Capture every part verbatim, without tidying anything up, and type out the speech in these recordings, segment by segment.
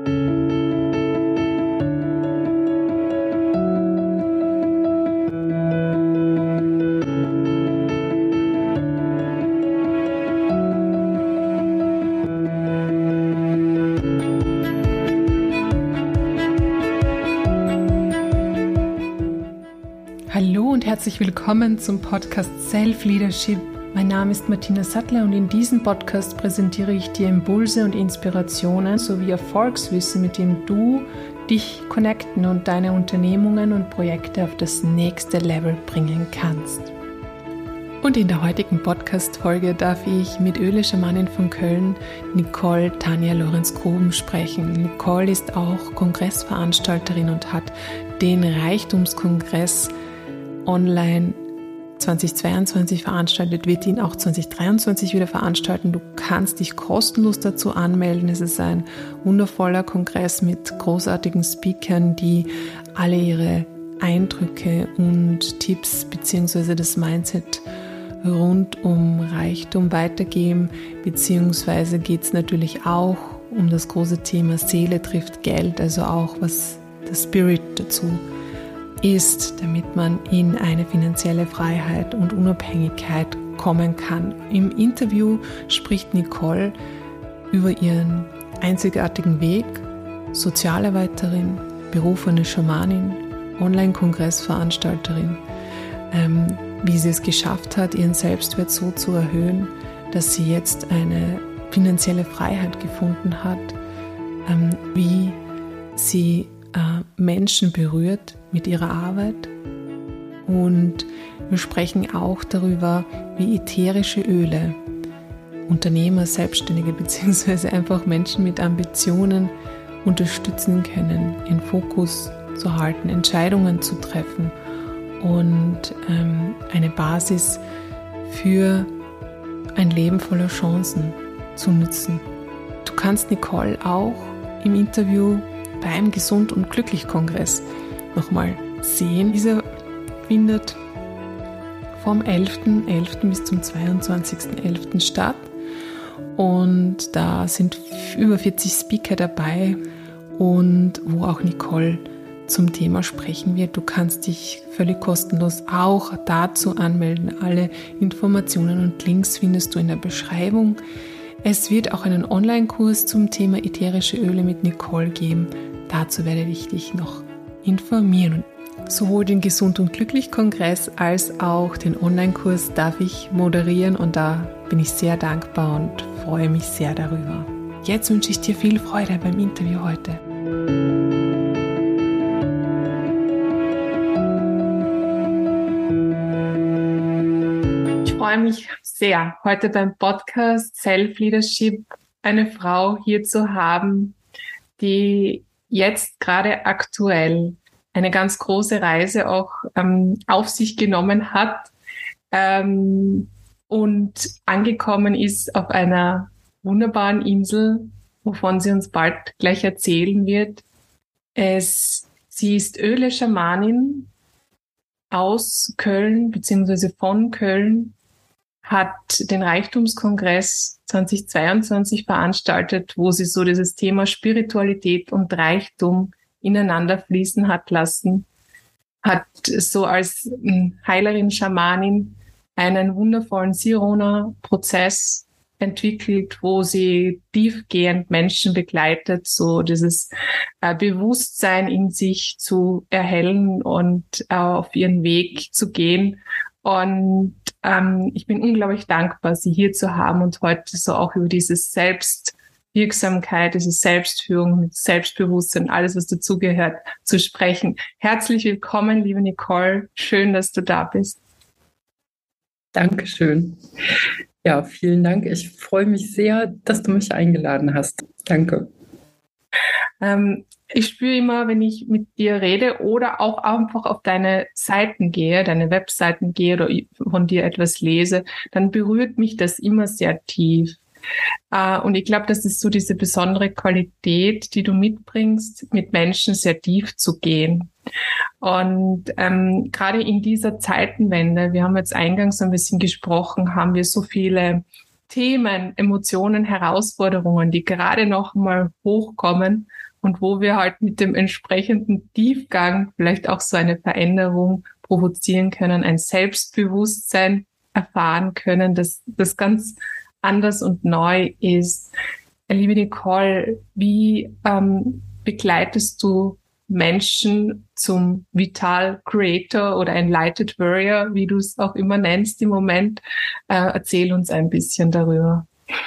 Hallo und herzlich willkommen zum Podcast Self-Leadership. Mein Name ist Martina Sattler und in diesem Podcast präsentiere ich dir Impulse und Inspirationen sowie Erfolgswissen, mit dem du dich connecten und deine Unternehmungen und Projekte auf das nächste Level bringen kannst. Und in der heutigen Podcast-Folge darf ich mit Öle-Schamanin von Köln, Nicole Tanja Lorenz-Gruben, sprechen. Nicole ist auch Kongressveranstalterin und hat den Reichtumskongress online zweitausendzweiundzwanzig veranstaltet, wird ihn auch zweitausenddreiundzwanzig wieder veranstalten. Du kannst dich kostenlos dazu anmelden. Es ist ein wundervoller Kongress mit großartigen Speakern, die alle ihre Eindrücke und Tipps bzw. das Mindset rund um Reichtum weitergeben, beziehungsweise geht es natürlich auch um das große Thema Seele trifft Geld, also auch was der Spirit dazu ist, damit man in eine finanzielle Freiheit und Unabhängigkeit kommen kann. Im Interview spricht Nicole über ihren einzigartigen Weg, Sozialarbeiterin, berufene Schamanin, Online-Kongressveranstalterin, ähm, wie sie es geschafft hat, ihren Selbstwert so zu erhöhen, dass sie jetzt eine finanzielle Freiheit gefunden hat, ähm, wie sie äh, Menschen berührt mit ihrer Arbeit. Und wir sprechen auch darüber, wie ätherische Öle Unternehmer, Selbstständige bzw. einfach Menschen mit Ambitionen unterstützen können, in Fokus zu halten, Entscheidungen zu treffen und ähm, eine Basis für ein Leben voller Chancen zu nutzen. Du kannst Nicole auch im Interview beim Gesund und Glücklich Kongress nochmal sehen. Dieser findet vom elften elften bis zum zweiundzwanzigsten elften statt und da sind über vierzig Speaker dabei und wo auch Nicole zum Thema sprechen wird. Du kannst dich völlig kostenlos auch dazu anmelden. Alle Informationen und Links findest du in der Beschreibung. Es wird auch einen Online-Kurs zum Thema ätherische Öle mit Nicole geben. Dazu werde ich dich noch informieren. Sowohl den Gesund und Glücklich Kongress als auch den Online-Kurs darf ich moderieren und da bin ich sehr dankbar und freue mich sehr darüber. Jetzt wünsche ich dir viel Freude beim Interview heute. Ich freue mich sehr, heute beim Podcast Self-Leadership eine Frau hier zu haben, die jetzt gerade aktuell eine ganz große Reise auch ähm, auf sich genommen hat ähm, und angekommen ist auf einer wunderbaren Insel, wovon sie uns bald gleich erzählen wird. Es, sie ist Öle-Schamanin aus Köln bzw. von Köln, hat den Reichtumskongress zweitausendzweiundzwanzig veranstaltet, wo sie so dieses Thema Spiritualität und Reichtum ineinander fließen hat lassen, hat so als Heilerin, Schamanin einen wundervollen Sirona-Prozess entwickelt, wo sie tiefgehend Menschen begleitet, so dieses äh, Bewusstsein in sich zu erhellen und äh, auf ihren Weg zu gehen. Und ähm, ich bin unglaublich dankbar, sie hier zu haben und heute so auch über dieses Selbstwirksamkeit, diese Selbstführung, Selbstbewusstsein, alles, was dazugehört, zu sprechen. Herzlich willkommen, liebe Nicole. Schön, dass du da bist. Dankeschön. Ja, vielen Dank. Ich freue mich sehr, dass du mich eingeladen hast. Danke. Ähm, ich spüre immer, wenn ich mit dir rede oder auch einfach auf deine Seiten gehe, deine Webseiten gehe oder von dir etwas lese, dann berührt mich das immer sehr tief. Äh, und ich glaube, das ist so diese besondere Qualität, die du mitbringst, mit Menschen sehr tief zu gehen. Und ähm, gerade in dieser Zeitenwende, wir haben jetzt eingangs so ein bisschen gesprochen, haben wir so viele Themen, Emotionen, Herausforderungen, die gerade noch mal hochkommen und wo wir halt mit dem entsprechenden Tiefgang vielleicht auch so eine Veränderung provozieren können, ein Selbstbewusstsein erfahren können, das, das ganz anders und neu ist. Liebe Nicole, wie ähm, begleitest du Menschen zum Vital Creator oder Enlightened Warrior, wie du es auch immer nennst im Moment? Äh, erzähl uns ein bisschen darüber.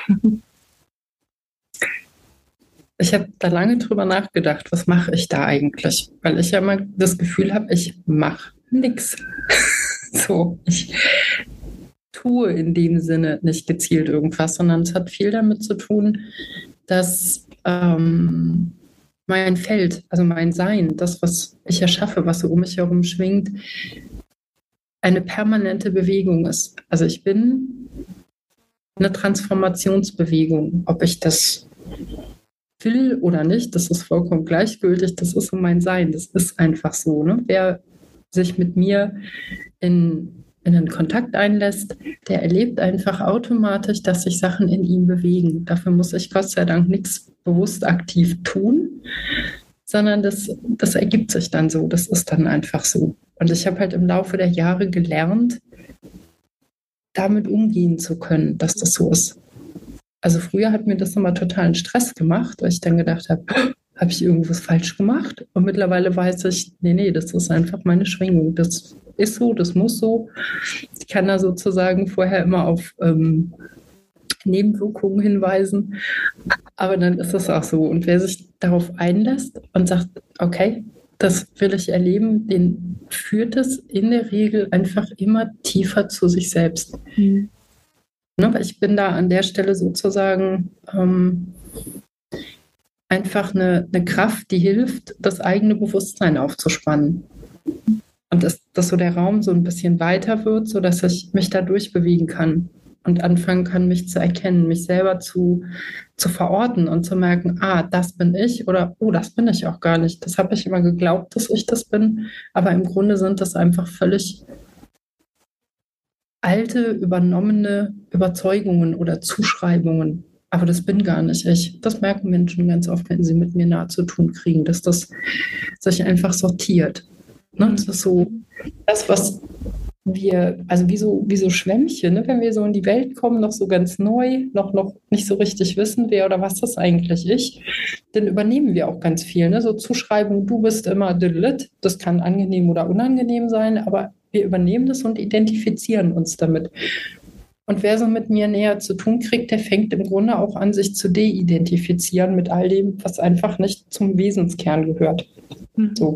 Ich habe da lange drüber nachgedacht, was mache ich da eigentlich? Weil ich ja immer das Gefühl habe, ich mache nichts. So, ich tue in dem Sinne nicht gezielt irgendwas, sondern es hat viel damit zu tun, dass ähm, mein Feld, also mein Sein, das, was ich erschaffe, was so um mich herum schwingt, eine permanente Bewegung ist. Also ich bin eine Transformationsbewegung. Ob ich das will oder nicht, das ist vollkommen gleichgültig. Das ist so mein Sein. Das ist einfach so. Ne? Wer sich mit mir in, in einen Kontakt einlässt, der erlebt einfach automatisch, dass sich Sachen in ihm bewegen. Dafür muss ich Gott sei Dank nichts bewusst aktiv tun, sondern das, das ergibt sich dann so. Das ist dann einfach so. Und ich habe halt im Laufe der Jahre gelernt, damit umgehen zu können, dass das so ist. Also früher hat mir das immer totalen Stress gemacht, weil ich dann gedacht habe, habe ich irgendwas falsch gemacht? Und mittlerweile weiß ich, nee, nee, das ist einfach meine Schwingung. Das ist so, das muss so. Ich kann da sozusagen vorher immer auf ähm, Nebenwirkungen hinweisen, aber dann ist es auch so. Und wer sich darauf einlässt und sagt, okay, das will ich erleben, den führt es in der Regel einfach immer tiefer zu sich selbst. Mhm. Ne, ich bin da an der Stelle sozusagen ähm, einfach eine, eine Kraft, die hilft, das eigene Bewusstsein aufzuspannen. Und dass, dass so der Raum so ein bisschen weiter wird, sodass ich mich da durchbewegen kann und anfangen kann, mich zu erkennen, mich selber zu, zu verorten und zu merken, ah, das bin ich oder oh, das bin ich auch gar nicht. Das habe ich immer geglaubt, dass ich das bin, aber im Grunde sind das einfach völlig alte, übernommene Überzeugungen oder Zuschreibungen. Aber das bin gar nicht ich. Das merken Menschen ganz oft, wenn sie mit mir nahe zu tun kriegen, dass das sich einfach sortiert. Ne? Das ist so das, was wir, also wie so, wie so Schwämmchen, ne? Wenn wir so in die Welt kommen, noch so ganz neu, noch, noch nicht so richtig wissen, wer oder was ist eigentlich ich, dann übernehmen wir auch ganz viel. Ne? So Zuschreibungen, du bist immer delit, das kann angenehm oder unangenehm sein, aber wir übernehmen das und identifizieren uns damit. Und wer so mit mir näher zu tun kriegt, der fängt im Grunde auch an, sich zu deidentifizieren mit all dem, was einfach nicht zum Wesenskern gehört. So,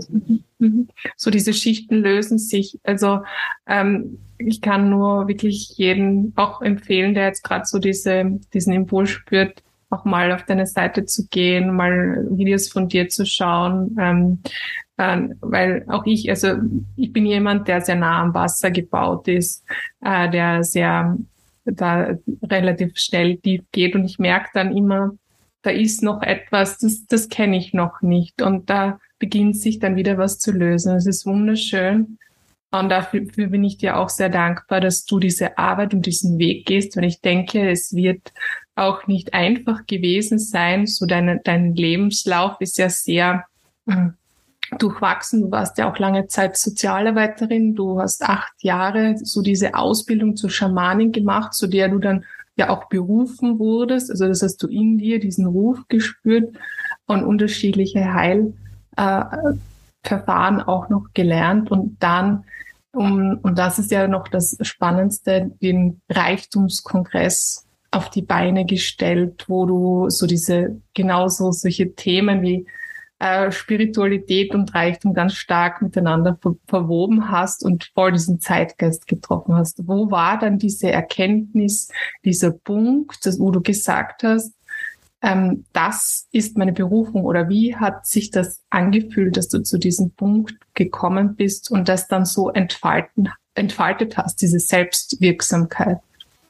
so diese Schichten lösen sich. Also ähm, ich kann nur wirklich jeden auch empfehlen, der jetzt gerade so diese, diesen Impuls spürt, auch mal auf deine Seite zu gehen, mal Videos von dir zu schauen, ähm, äh, weil auch ich, also ich bin jemand, der sehr nah am Wasser gebaut ist, äh, der sehr da relativ schnell tief geht und ich merke dann immer, da ist noch etwas, das, das kenne ich noch nicht und da beginnt sich dann wieder was zu lösen. Es ist wunderschön und dafür bin ich dir auch sehr dankbar, dass du diese Arbeit und diesen Weg gehst, weil ich denke, es wird auch nicht einfach gewesen sein. So dein, dein Lebenslauf ist ja sehr äh, durchwachsen. Du warst ja auch lange Zeit Sozialarbeiterin. Du hast acht Jahre so diese Ausbildung zur Schamanin gemacht, zu der du dann ja auch berufen wurdest. Also das hast du in dir diesen Ruf gespürt und unterschiedliche Heilverfahren äh, auch noch gelernt und dann um, und das ist ja noch das Spannendste, den Reichtumskongress auf die Beine gestellt, wo du so diese, genauso solche Themen wie äh, Spiritualität und Reichtum ganz stark miteinander ver- verwoben hast und voll diesen Zeitgeist getroffen hast. Wo war dann diese Erkenntnis, dieser Punkt, das, wo du gesagt hast, ähm, das ist meine Berufung, oder wie hat sich das angefühlt, dass du zu diesem Punkt gekommen bist und das dann so entfalten, entfaltet hast, diese Selbstwirksamkeit?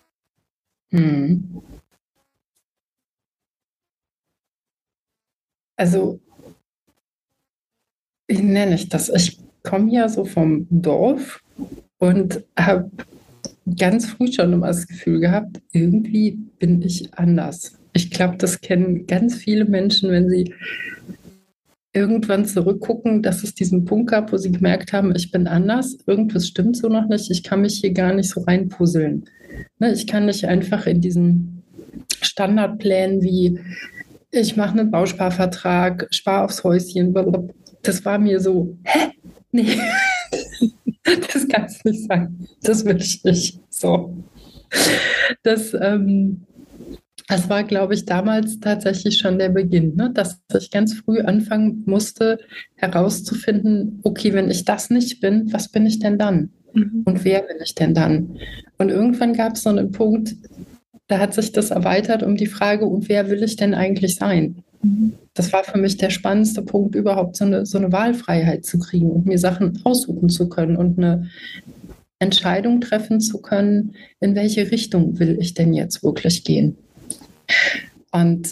Hm. Also, wie nenne ich das? Ich komme ja so vom Dorf und habe ganz früh schon immer das Gefühl gehabt, irgendwie bin ich anders. Ich glaube, das kennen ganz viele Menschen, wenn sie irgendwann zurückgucken, dass es diesen Punkt gab, wo sie gemerkt haben, ich bin anders, irgendwas stimmt so noch nicht, ich kann mich hier gar nicht so reinpuzzeln. Ne, ich kann nicht einfach in diesen Standardplänen wie ich mache einen Bausparvertrag, spare aufs Häuschen, das war mir so, hä? Nee, das kann es nicht sein, das will ich nicht. So. Das, ähm, das war, glaube ich, damals tatsächlich schon der Beginn, ne? Dass ich ganz früh anfangen musste, herauszufinden, okay, wenn ich das nicht bin, was bin ich denn dann? Mhm. Und wer bin ich denn dann? Und irgendwann gab es so einen Punkt, da hat sich das erweitert um die Frage, und wer will ich denn eigentlich sein? Mhm. Das war für mich der spannendste Punkt, überhaupt so eine, so eine Wahlfreiheit zu kriegen und mir Sachen aussuchen zu können und eine Entscheidung treffen zu können, in welche Richtung will ich denn jetzt wirklich gehen? Und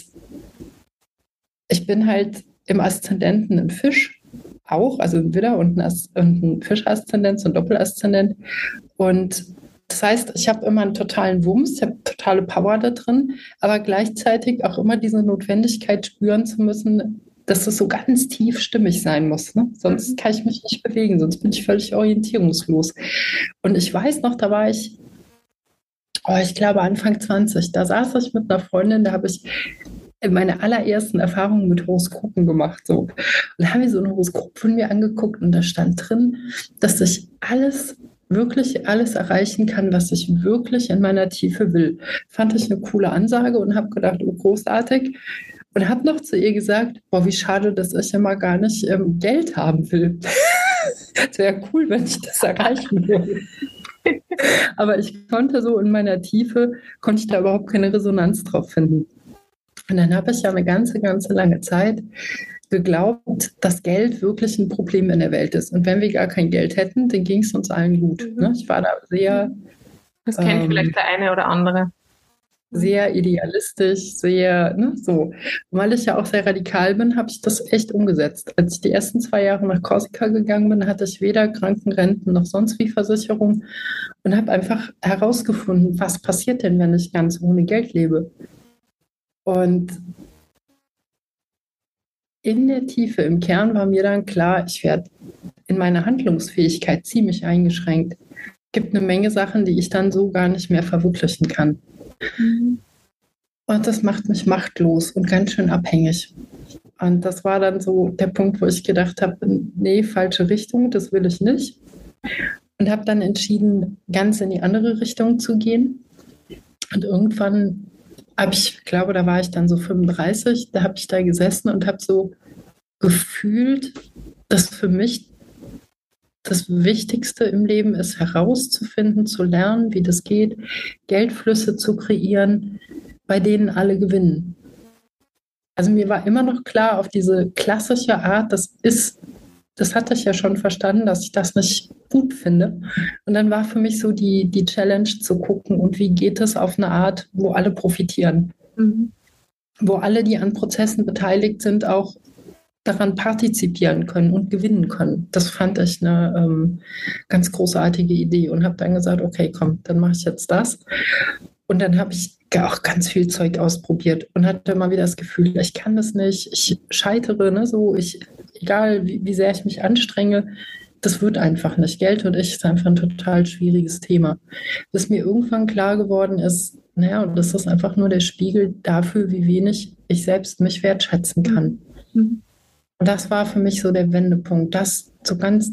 ich bin halt im Aszendenten ein Fisch auch, also ein Widder und ein, As- und ein Fischaszendent, so ein Doppelaszendent. Und das heißt, ich habe immer einen totalen Wumms, ich habe totale Power da drin, aber gleichzeitig auch immer diese Notwendigkeit spüren zu müssen, dass es so ganz tief stimmig sein muss. Ne? Sonst kann ich mich nicht bewegen, sonst bin ich völlig orientierungslos. Und ich weiß noch, da war ich, oh, ich glaube Anfang zwanzig, da saß ich mit einer Freundin, da habe ich meine allerersten Erfahrungen mit Horoskopen gemacht. So. Und da haben wir so ein Horoskop von mir angeguckt und da stand drin, dass ich alles, wirklich alles erreichen kann, was ich wirklich in meiner Tiefe will. Fand ich eine coole Ansage und habe gedacht, oh, großartig. Und habe noch zu ihr gesagt, boah, wie schade, dass ich immer gar nicht ähm, Geld haben will. Es wäre cool, wenn ich das erreichen würde. Aber ich konnte so in meiner Tiefe, konnte ich da überhaupt keine Resonanz drauf finden. Und dann habe ich ja eine ganze, ganze lange Zeit geglaubt, dass Geld wirklich ein Problem in der Welt ist. Und wenn wir gar kein Geld hätten, dann ging es uns allen gut. Mhm. Ne? Ich war da sehr... Das kennt ähm, vielleicht der eine oder andere. Sehr idealistisch, sehr, ne, so. Und weil ich ja auch sehr radikal bin, habe ich das echt umgesetzt. Als ich die ersten zwei Jahre nach Korsika gegangen bin, hatte ich weder Krankenrenten noch sonst wie Versicherung und habe einfach herausgefunden, was passiert denn, wenn ich ganz ohne Geld lebe. Und in der Tiefe, im Kern war mir dann klar, ich werde in meiner Handlungsfähigkeit ziemlich eingeschränkt. Es gibt eine Menge Sachen, die ich dann so gar nicht mehr verwirklichen kann. Mhm. Und das macht mich machtlos und ganz schön abhängig. Und das war dann so der Punkt, wo ich gedacht habe, nee, falsche Richtung, das will ich nicht. Und habe dann entschieden, ganz in die andere Richtung zu gehen. Und irgendwann habe ich, glaube, da war ich dann so fünfunddreißig, da habe ich da gesessen und habe so gefühlt, dass für mich das Wichtigste im Leben ist, herauszufinden, zu lernen, wie das geht, Geldflüsse zu kreieren, bei denen alle gewinnen. Also mir war immer noch klar, auf diese klassische Art, das ist, das hatte ich ja schon verstanden, dass ich das nicht gut finde. Und dann war für mich so die, die Challenge zu gucken, und wie geht es auf eine Art, wo alle profitieren, mhm. wo alle, die an Prozessen beteiligt sind, auch daran partizipieren können und gewinnen können. Das fand ich eine ähm, ganz großartige Idee und habe dann gesagt, okay, komm, dann mache ich jetzt das. Und dann habe ich auch ganz viel Zeug ausprobiert und hatte immer wieder das Gefühl, ich kann das nicht, ich scheitere, ne, so, ich, egal wie, wie sehr ich mich anstrenge, das wird einfach nicht. Geld und ich ist einfach ein total schwieriges Thema. Bis mir irgendwann klar geworden ist, naja, und das ist einfach nur der Spiegel dafür, wie wenig ich selbst mich wertschätzen kann. Mhm. Und das war für mich so der Wendepunkt, das so ganz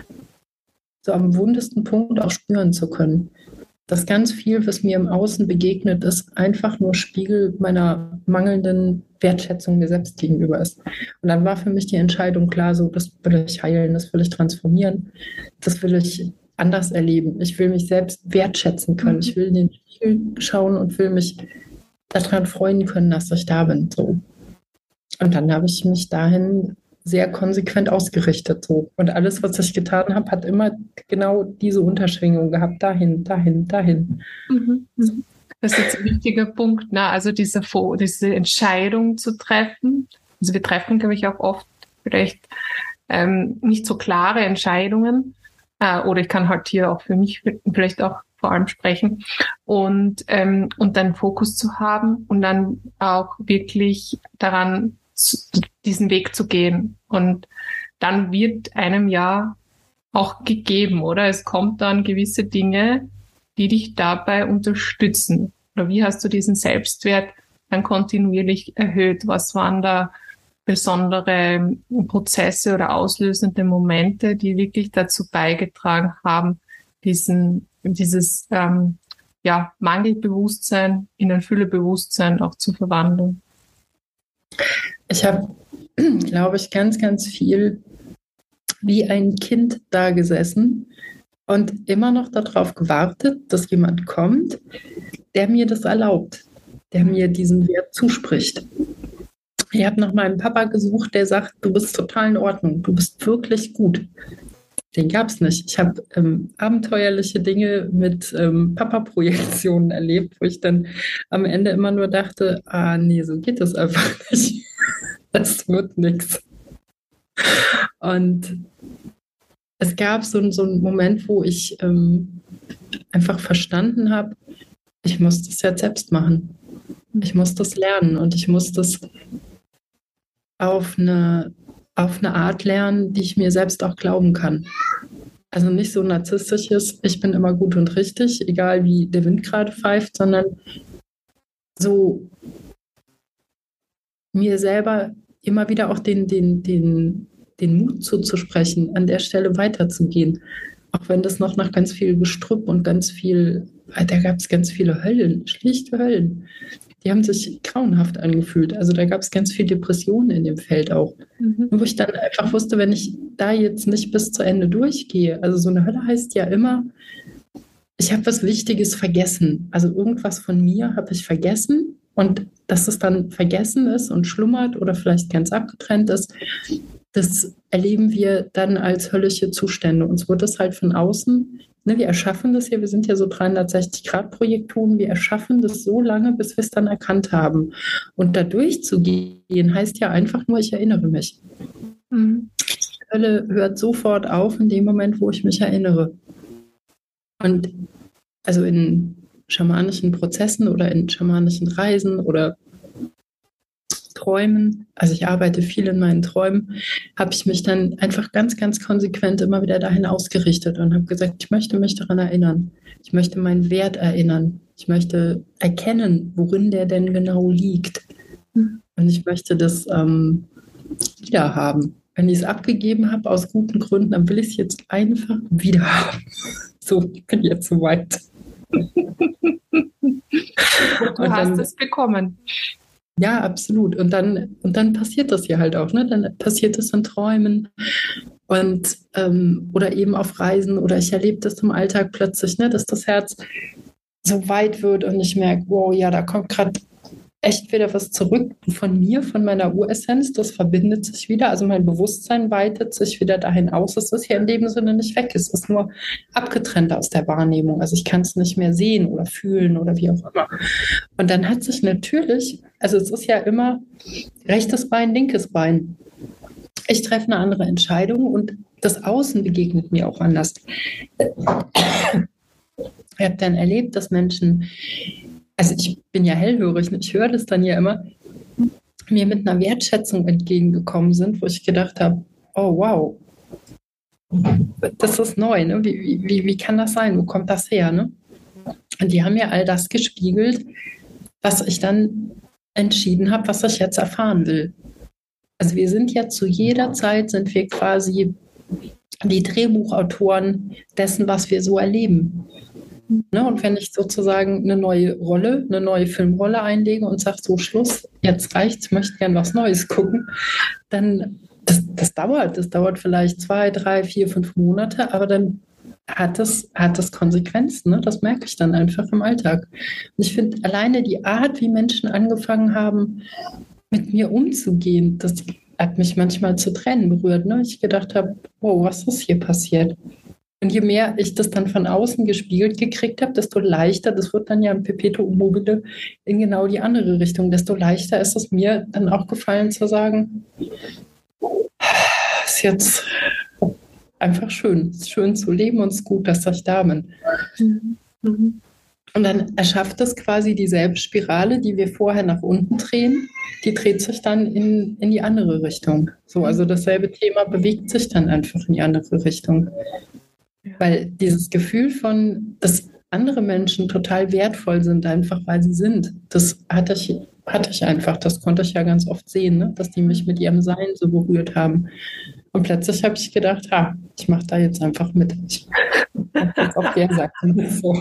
so am wundesten Punkt auch spüren zu können. Dass ganz viel, was mir im Außen begegnet, ist einfach nur Spiegel meiner mangelnden Wertschätzung mir selbst gegenüber ist. Und dann war für mich die Entscheidung klar, so, das will ich heilen, das will ich transformieren, das will ich anders erleben. Ich will mich selbst wertschätzen können. Ich will in den Spiegel schauen und will mich daran freuen können, dass ich da bin. So. Und dann habe ich mich dahin sehr konsequent ausgerichtet. So. Und alles, was ich getan habe, hat immer genau diese Unterschwingung gehabt. Dahin, dahin, dahin. Mhm. Das ist jetzt ein wichtiger Punkt, ne? Also diese, diese Entscheidung zu treffen. Also wir treffen, glaube ich, auch oft vielleicht ähm, nicht so klare Entscheidungen. Äh, oder ich kann halt hier auch für mich vielleicht auch vor allem sprechen. Und, ähm, und dann Fokus zu haben und dann auch wirklich daran diesen Weg zu gehen. Und dann wird einem ja auch gegeben, oder? Es kommt dann gewisse Dinge, die dich dabei unterstützen. Oder wie hast du diesen Selbstwert dann kontinuierlich erhöht? Was waren da besondere Prozesse oder auslösende Momente, die wirklich dazu beigetragen haben, diesen, dieses ähm, ja, Mangelbewusstsein in ein Füllebewusstsein auch zu verwandeln? Ich habe, glaube ich, ganz, ganz viel wie ein Kind da gesessen und immer noch darauf gewartet, dass jemand kommt, der mir das erlaubt, der mir diesen Wert zuspricht. Ich habe nach meinem Papa gesucht, der sagt, du bist total in Ordnung, du bist wirklich gut. Den gab es nicht. Ich habe ähm, abenteuerliche Dinge mit ähm, Papa-Projektionen erlebt, wo ich dann am Ende immer nur dachte, ah nee, so geht das einfach nicht. Das wird nichts. Und es gab so, so einen Moment, wo ich ähm, einfach verstanden habe, ich muss das jetzt selbst machen. Ich muss das lernen und ich muss das auf eine, auf eine Art lernen, die ich mir selbst auch glauben kann. Also nicht so narzisstisches, ich bin immer gut und richtig, egal wie der Wind gerade pfeift, sondern so mir selber immer wieder auch den, den, den, den Mut zuzusprechen, an der Stelle weiterzugehen. Auch wenn das noch nach ganz viel Gestrüpp und ganz viel, da gab es ganz viele Höllen, schlichte Höllen. Die haben sich grauenhaft angefühlt. Also da gab es ganz viel Depressionen in dem Feld auch. Mhm. Wo ich dann einfach wusste, wenn ich da jetzt nicht bis zu Ende durchgehe, also so eine Hölle heißt ja immer, ich habe was Wichtiges vergessen. Also irgendwas von mir habe ich vergessen und dass es dann vergessen ist und schlummert oder vielleicht ganz abgetrennt ist, das erleben wir dann als höllische Zustände. Uns wird das halt von außen, ne, wir erschaffen das hier, wir sind ja so dreihundertsechzig Grad Projektoren, wir erschaffen das so lange, bis wir es dann erkannt haben. Und da durchzugehen, heißt ja einfach nur, ich erinnere mich. Mhm. Die Hölle hört sofort auf in dem Moment, wo ich mich erinnere. Und also in schamanischen Prozessen oder in schamanischen Reisen oder Träumen, also ich arbeite viel in meinen Träumen, habe ich mich dann einfach ganz, ganz konsequent immer wieder dahin ausgerichtet und habe gesagt, ich möchte mich daran erinnern. Ich möchte meinen Wert erinnern. Ich möchte erkennen, worin der denn genau liegt. Und ich möchte das ähm, wieder haben. Wenn ich es abgegeben habe aus guten Gründen, dann will ich es jetzt einfach wieder haben. So, ich bin jetzt so weit. Du hast es bekommen. Ja, absolut. Und dann, und dann passiert das ja halt auch, ne? Dann passiert das in Träumen und ähm, oder eben auf Reisen oder ich erlebe das im Alltag plötzlich, ne? Dass das Herz so weit wird und ich merke, wow, ja, da kommt gerade echt wieder was zurück von mir, von meiner Uressenz. Das verbindet sich wieder. Also mein Bewusstsein weitet sich wieder dahin aus. Es ist ja in dem Sinne nicht weg. Es ist nur abgetrennt aus der Wahrnehmung. Also ich kann es nicht mehr sehen oder fühlen oder wie auch immer. Und dann hat sich natürlich, also es ist ja immer rechtes Bein, linkes Bein. Ich treffe eine andere Entscheidung und das Außen begegnet mir auch anders. Ich habe dann erlebt, dass Menschen, also ich bin ja hellhörig, ich höre das dann ja immer, mir mit einer Wertschätzung entgegengekommen sind, wo ich gedacht habe, oh wow, das ist neu, ne? wie, wie, wie kann das sein, wo kommt das her? Ne? Und die haben mir all das gespiegelt, was ich dann entschieden habe, was ich jetzt erfahren will. Also wir sind ja zu jeder Zeit, sind wir quasi die Drehbuchautoren dessen, was wir so erleben. Ne, und wenn ich sozusagen eine neue Rolle, eine neue Filmrolle einlege und sage, so Schluss, jetzt reicht's, ich möchte gern was Neues gucken, dann, das, das dauert, das dauert vielleicht zwei, drei, vier, fünf Monate, aber dann hat das, hat das Konsequenzen, ne? Das merke ich dann einfach im Alltag. Und ich finde alleine die Art, wie Menschen angefangen haben, mit mir umzugehen, das hat mich manchmal zu Tränen berührt. Ne? Ich gedacht habe, wow, was ist hier passiert? Und je mehr ich das dann von außen gespiegelt gekriegt habe, desto leichter, das wird dann ja ein Perpetuum mobile in genau die andere Richtung, desto leichter ist es mir dann auch gefallen zu sagen, ist jetzt einfach schön, es ist schön zu leben und es ist gut, dass ich da bin. Mhm. Und dann erschafft das quasi dieselbe Spirale, die wir vorher nach unten drehen, die dreht sich dann in, in die andere Richtung. So, also dasselbe Thema bewegt sich dann einfach in die andere Richtung. Weil dieses Gefühl von, dass andere Menschen total wertvoll sind, einfach weil sie sind, das hatte ich, hatte ich einfach, das konnte ich ja ganz oft sehen, ne? Dass die mich mit ihrem Sein so berührt haben. Und plötzlich habe ich gedacht, ha, ich mache da jetzt einfach mit. Ich habe jetzt auch der sagt so.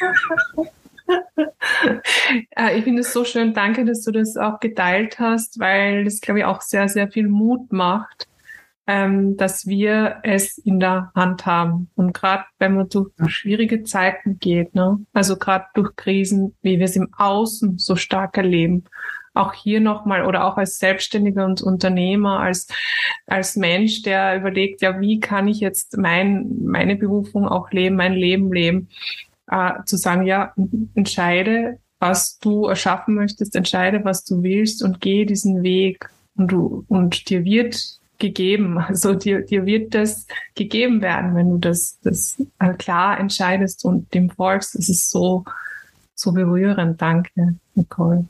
Ich finde es so schön, danke, dass du das auch geteilt hast, weil das, glaube ich, auch sehr, sehr viel Mut macht, ähm, dass wir es in der Hand haben. Und gerade wenn man durch schwierige Zeiten geht, ne? Also gerade durch Krisen, wie wir es im Außen so stark erleben, auch hier nochmal oder auch als Selbstständiger und Unternehmer, als als Mensch, der überlegt, ja, wie kann ich jetzt mein meine Berufung auch leben, mein Leben leben, äh, zu sagen, ja, entscheide, was du erschaffen möchtest, entscheide, was du willst und gehe diesen Weg und du und dir wird gegeben, also dir dir wird das gegeben werden, wenn du das das äh, klar entscheidest und dem folgst. Das ist so so berührend. Danke, Nicole.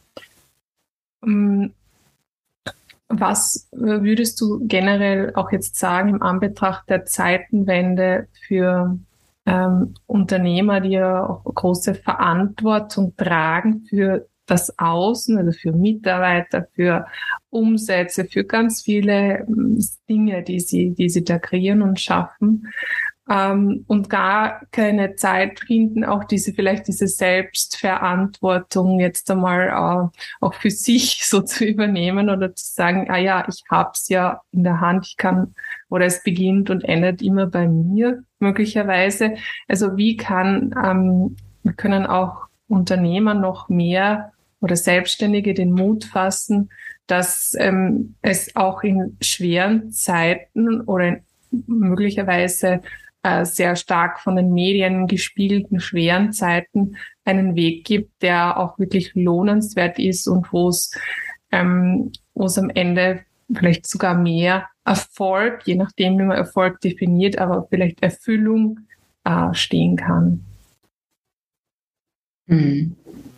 Was würdest du generell auch jetzt sagen im Anbetracht der Zeitenwende für ähm, Unternehmer, die ja auch große Verantwortung tragen für das Außen, also für Mitarbeiter, für Umsätze, für ganz viele Dinge, die sie, die sie da kreieren und schaffen? Ähm, und gar keine Zeit finden, auch diese vielleicht diese Selbstverantwortung jetzt einmal äh, auch für sich so zu übernehmen oder zu sagen, ah ja, ich hab's ja in der Hand, ich kann, oder es beginnt und endet immer bei mir möglicherweise. Also wie kann, ähm, wir können auch Unternehmer noch mehr oder Selbstständige den Mut fassen, dass ähm, es auch in schweren Zeiten oder in möglicherweise äh, sehr stark von den Medien gespielten schweren Zeiten einen Weg gibt, der auch wirklich lohnenswert ist und wo es ähm, wo es am Ende vielleicht sogar mehr Erfolg, je nachdem wie man Erfolg definiert, aber vielleicht Erfüllung äh, stehen kann. Hm.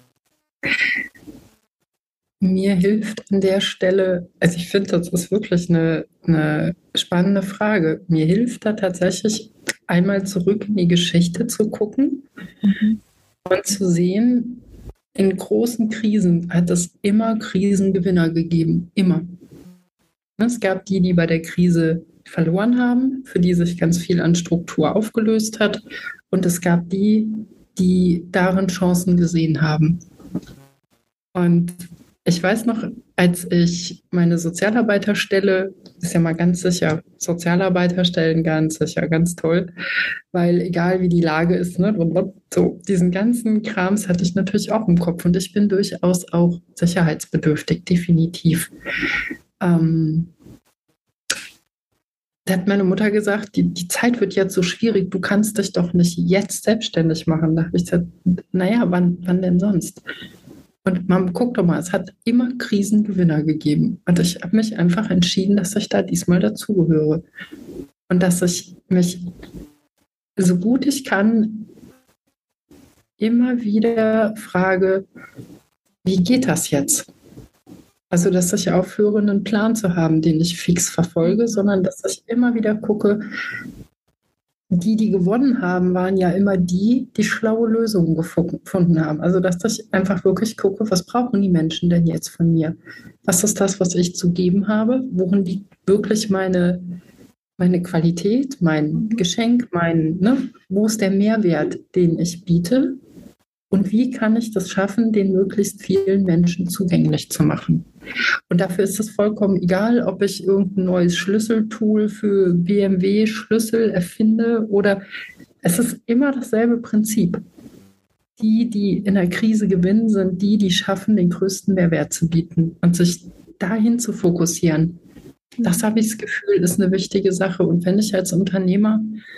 Mir hilft an der Stelle, also ich finde, das ist wirklich eine, eine spannende Frage. Mir hilft da tatsächlich einmal zurück in die Geschichte zu gucken mhm. und zu sehen, in großen Krisen hat es immer Krisengewinner gegeben. Immer. Es gab die, die bei der Krise verloren haben, für die sich ganz viel an Struktur aufgelöst hat. Und es gab die, die darin Chancen gesehen haben. Und ich weiß noch, als ich meine Sozialarbeiterstelle, ist ja mal ganz sicher, Sozialarbeiterstellen ganz sicher, ganz toll, weil egal wie die Lage ist, ne, so diesen ganzen Krams hatte ich natürlich auch im Kopf und ich bin durchaus auch sicherheitsbedürftig, definitiv. Ähm, da hat meine Mutter gesagt, die, die Zeit wird jetzt so schwierig, du kannst dich doch nicht jetzt selbstständig machen. Da habe ich gesagt, naja, wann, wann denn sonst? Und man guckt doch mal, es hat immer Krisengewinner gegeben. Und ich habe mich einfach entschieden, dass ich da diesmal dazugehöre. Und dass ich mich, so gut ich kann, immer wieder frage, wie geht das jetzt? Also, dass ich aufhöre, einen Plan zu haben, den ich fix verfolge, sondern dass ich immer wieder gucke, die, die gewonnen haben, waren ja immer die, die schlaue Lösungen gefunden haben. Also, dass ich einfach wirklich gucke, was brauchen die Menschen denn jetzt von mir? Was ist das, was ich zu geben habe? Worin liegt wirklich meine, meine Qualität, mein Geschenk, mein, ne? Wo ist der Mehrwert, den ich biete? Und wie kann ich das schaffen, den möglichst vielen Menschen zugänglich zu machen? Und dafür ist es vollkommen egal, ob ich irgendein neues Schlüsseltool für B M W-Schlüssel erfinde oder es ist immer dasselbe Prinzip. Die, die in der Krise gewinnen, sind die, die schaffen, den größten Mehrwert zu bieten und sich dahin zu fokussieren. Das habe ich das Gefühl, ist eine wichtige Sache. Und wenn ich als Unternehmer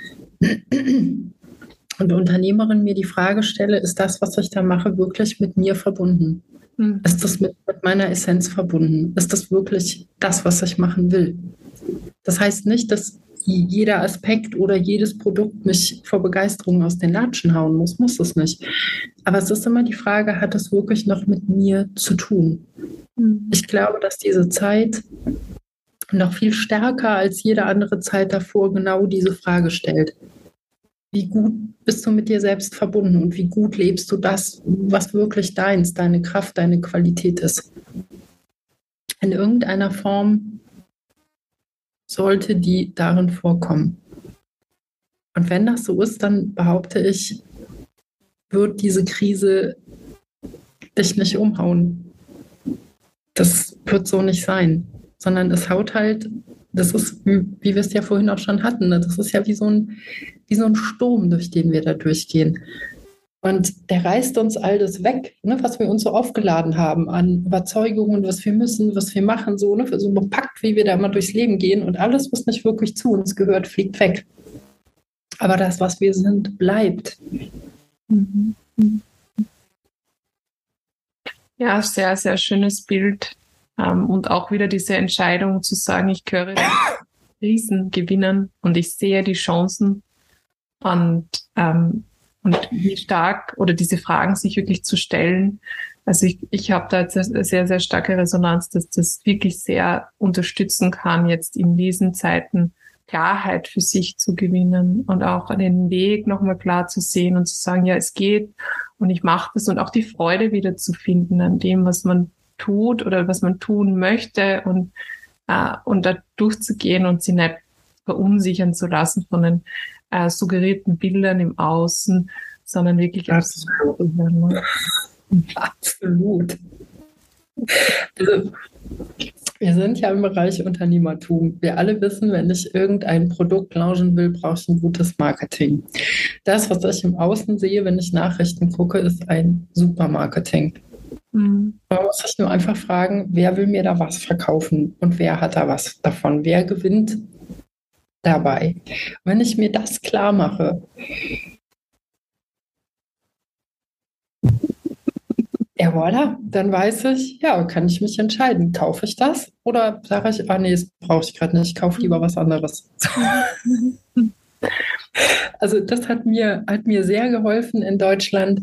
und Unternehmerin mir die Frage stelle, ist das, was ich da mache, wirklich mit mir verbunden? Mhm. Ist das mit, mit meiner Essenz verbunden? Ist das wirklich das, was ich machen will? Das heißt nicht, dass jeder Aspekt oder jedes Produkt mich vor Begeisterung aus den Latschen hauen muss, muss es nicht. Aber es ist immer die Frage, hat es wirklich noch mit mir zu tun? Mhm. Ich glaube, dass diese Zeit noch viel stärker als jede andere Zeit davor genau diese Frage stellt. Wie gut bist du mit dir selbst verbunden und wie gut lebst du das, was wirklich deins, deine Kraft, deine Qualität ist? In irgendeiner Form sollte die darin vorkommen. Und wenn das so ist, dann behaupte ich, wird diese Krise dich nicht umhauen. Das wird so nicht sein, sondern es haut halt, das ist, wie wir es ja vorhin auch schon hatten, das ist ja wie so ein, wie so ein Sturm, durch den wir da durchgehen. Und der reißt uns all das weg, ne, was wir uns so aufgeladen haben an Überzeugungen, was wir müssen, was wir machen, so, ne, so bepackt, wie wir da immer durchs Leben gehen. Und alles, was nicht wirklich zu uns gehört, fliegt weg. Aber das, was wir sind, bleibt. Mhm. Ja, sehr, sehr schönes Bild. Ähm, und auch wieder diese Entscheidung zu sagen, ich gehöre den Riesen gewinnen und ich sehe die Chancen. Und ähm, Und wie stark, oder diese Fragen sich wirklich zu stellen. Also ich, ich habe da jetzt eine sehr, sehr starke Resonanz, dass das wirklich sehr unterstützen kann, jetzt in diesen Zeiten Klarheit für sich zu gewinnen und auch den Weg nochmal klar zu sehen und zu sagen, ja, es geht und ich mache das, und auch die Freude wieder zu finden an dem, was man tut oder was man tun möchte, und, äh, und da durchzugehen und sie nicht verunsichern zu lassen von den Äh, suggerierten Bildern im Außen, sondern wirklich absolut. Absolut. Also, wir sind ja im Bereich Unternehmertum. Wir alle wissen, wenn ich irgendein Produkt launchen will, brauche ich ein gutes Marketing. Das, was ich im Außen sehe, wenn ich Nachrichten gucke, ist ein super Marketing. Mhm. Man muss sich nur einfach fragen, wer will mir da was verkaufen und wer hat da was davon? Wer gewinnt dabei? Wenn ich mir das klar mache, ja voilà, dann weiß ich, ja, kann ich mich entscheiden, kaufe ich das oder sage ich, ah nee, das brauche ich gerade nicht, ich kaufe lieber was anderes. Also das hat mir, hat mir sehr geholfen in Deutschland,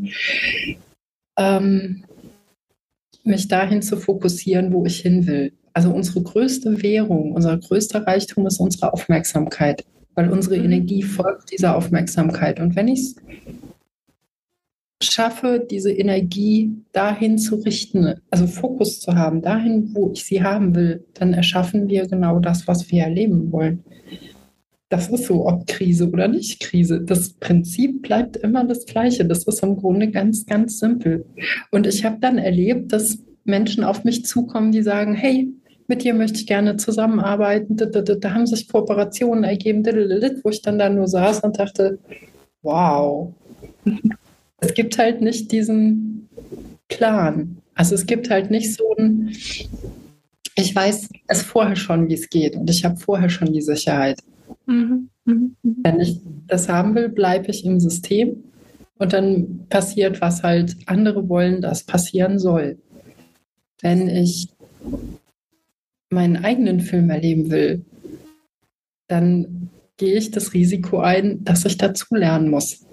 ähm, mich dahin zu fokussieren, wo ich hin will. Also unsere größte Währung, unser größter Reichtum ist unsere Aufmerksamkeit, weil unsere Energie folgt dieser Aufmerksamkeit. Und wenn ich es schaffe, diese Energie dahin zu richten, also Fokus zu haben, dahin, wo ich sie haben will, dann erschaffen wir genau das, was wir erleben wollen. Das ist so, ob Krise oder nicht Krise. Das Prinzip bleibt immer das Gleiche. Das ist im Grunde ganz, ganz simpel. Und ich habe dann erlebt, dass Menschen auf mich zukommen, die sagen, hey, mit dir möchte ich gerne zusammenarbeiten. Da, da, da haben sich Kooperationen ergeben, wo ich dann da nur saß und dachte, wow. Es gibt halt nicht diesen Plan. Also es gibt halt nicht so ein, ich weiß es vorher schon, wie es geht, und ich habe vorher schon die Sicherheit. Mhm. Mhm. Wenn ich das haben will, bleibe ich im System und dann passiert, was halt andere wollen, dass passieren soll. Wenn ich meinen eigenen Film erleben will, dann gehe ich das Risiko ein, dass ich dazulernen muss.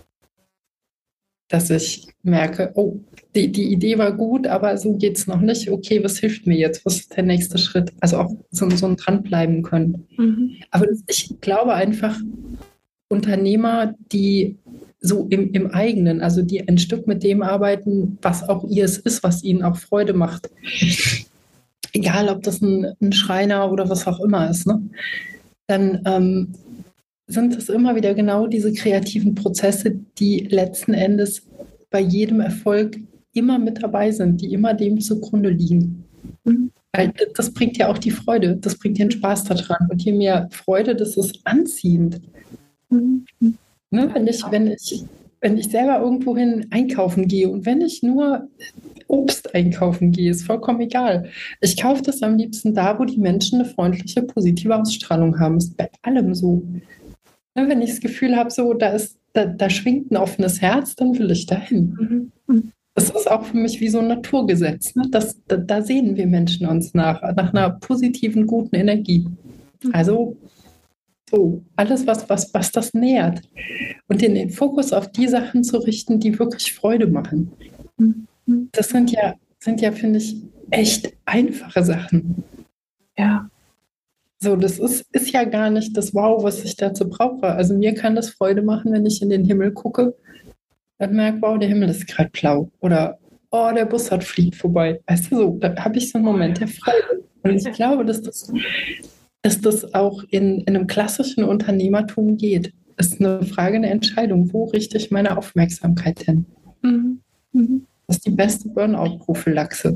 Dass ich merke, oh, die, die Idee war gut, aber so geht es noch nicht. Okay, was hilft mir jetzt? Was ist der nächste Schritt? Also auch so, so ein Dranbleiben können. Mhm. Aber ich glaube einfach, Unternehmer, die so im, im eigenen, also die ein Stück mit dem arbeiten, was auch ihres ist, was ihnen auch Freude macht. Egal, ob das ein, ein Schreiner oder was auch immer ist, ne? Dann ähm, sind es immer wieder genau diese kreativen Prozesse, die letzten Endes bei jedem Erfolg immer mit dabei sind, die immer dem zugrunde liegen. Mhm. Weil das bringt ja auch die Freude, das bringt den Spaß daran. Und je mehr Freude, das ist anziehend. Mhm. Ne, wenn ich, wenn ich, wenn ich selber irgendwohin einkaufen gehe und wenn ich nur Obst einkaufen gehe, ist vollkommen egal. Ich kaufe das am liebsten da, wo die Menschen eine freundliche, positive Ausstrahlung haben. Das ist bei allem so. Ne, wenn ich das Gefühl habe, so, da, ist, da, da schwingt ein offenes Herz, dann will ich dahin. Mhm. Das ist auch für mich wie so ein Naturgesetz. Ne? Das, da, da sehnen wir Menschen uns nach, nach einer positiven, guten Energie. Also So, alles, was, was, was das nährt. Und den, den Fokus auf die Sachen zu richten, die wirklich Freude machen. Das sind ja, sind ja, finde ich, echt einfache Sachen. Ja. So, das ist, ist ja gar nicht das Wow, was ich dazu brauche. Also mir kann das Freude machen, wenn ich in den Himmel gucke und merke, wow, der Himmel ist gerade blau. Oder, oh, der Bus hat fliegt vorbei. Weißt du, so, da habe ich so einen Moment der Freude. Und ich glaube, dass das, dass das auch in, in einem klassischen Unternehmertum geht. Es ist eine Frage der Entscheidung. Wo richte ich meine Aufmerksamkeit hin? Mhm. Mhm. Das ist die beste Burnout-Prophylaxe.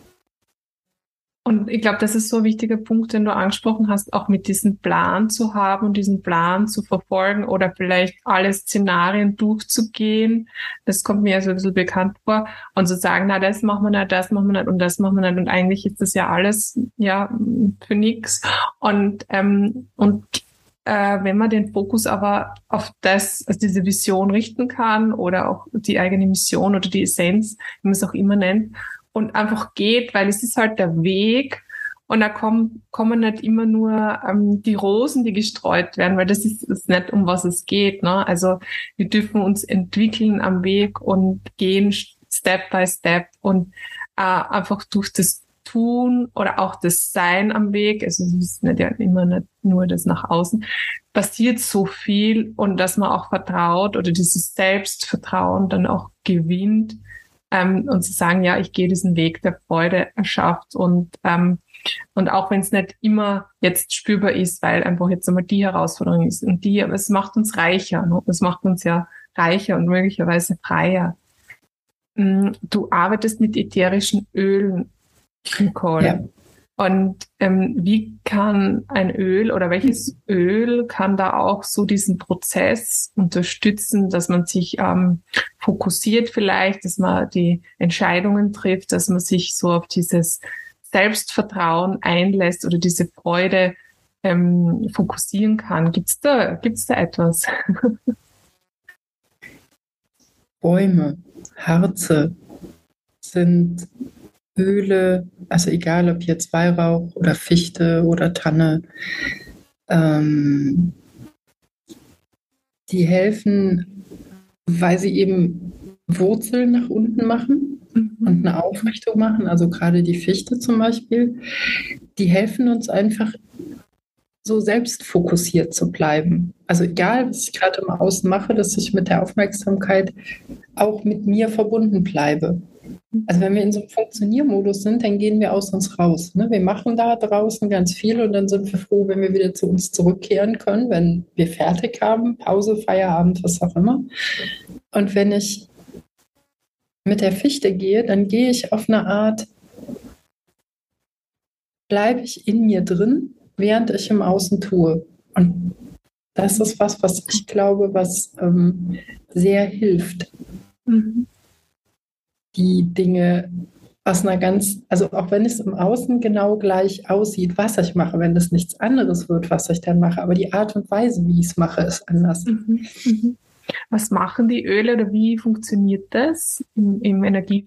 Und ich glaube, das ist so ein wichtiger Punkt, den du angesprochen hast, auch mit diesem Plan zu haben und diesen Plan zu verfolgen oder vielleicht alle Szenarien durchzugehen. Das kommt mir also ein bisschen bekannt vor. Und zu sagen, na, das machen wir nicht, das machen wir nicht und das machen wir nicht. Und eigentlich ist das ja alles, ja, für nichts. Und, ähm, und, äh, wenn man den Fokus aber auf das, also diese Vision richten kann oder auch die eigene Mission oder die Essenz, wie man es auch immer nennt, und einfach geht, weil es ist halt der Weg und da kommen, kommen nicht immer nur ähm, die Rosen, die gestreut werden, weil das ist, ist nicht, um was es geht. Ne? Also wir dürfen uns entwickeln am Weg und gehen Step by Step und äh, einfach durch das Tun oder auch das Sein am Weg, also es ist nicht ja immer nicht nur das nach außen, passiert so viel und dass man auch vertraut oder dieses Selbstvertrauen dann auch gewinnt, Ähm, und zu sagen, ja, ich gehe diesen Weg der Freude erschafft und ähm, und auch wenn es nicht immer jetzt spürbar ist, weil einfach jetzt einmal die Herausforderung ist und die, aber es macht uns reicher, ne? Es macht uns ja reicher und möglicherweise freier. Du arbeitest mit ätherischen Ölen, Nicole. Ja. Und ähm, wie kann ein Öl oder welches Öl kann da auch so diesen Prozess unterstützen, dass man sich ähm, fokussiert vielleicht, dass man die Entscheidungen trifft, dass man sich so auf dieses Selbstvertrauen einlässt oder diese Freude ähm, fokussieren kann? Gibt's da, gibt's da etwas? Bäume, Harze sind Öle, also egal ob jetzt Weihrauch oder Fichte oder Tanne, ähm, die helfen, weil sie eben Wurzeln nach unten machen mhm. und eine Aufrichtung machen, also gerade die Fichte zum Beispiel, die helfen uns einfach so selbstfokussiert zu bleiben. Also egal, was ich gerade im Außen mache, dass ich mit der Aufmerksamkeit auch mit mir verbunden bleibe. Also wenn wir in so einem Funktioniermodus sind, dann gehen wir aus uns raus. Ne? Wir machen da draußen ganz viel und dann sind wir froh, wenn wir wieder zu uns zurückkehren können, wenn wir fertig haben, Pause, Feierabend, was auch immer. Und wenn ich mit der Fichte gehe, dann gehe ich auf eine Art, bleibe ich in mir drin, während ich im Außen tue. Und das ist was, was ich glaube, was ähm, sehr hilft. Mhm. Die Dinge aus einer ganz, also auch wenn es im Außen genau gleich aussieht, was ich mache, wenn es nichts anderes wird, was ich dann mache, aber die Art und Weise, wie ich es mache, ist anders. Mhm. Mhm. Was machen die Öle oder wie funktioniert das im, im Energie?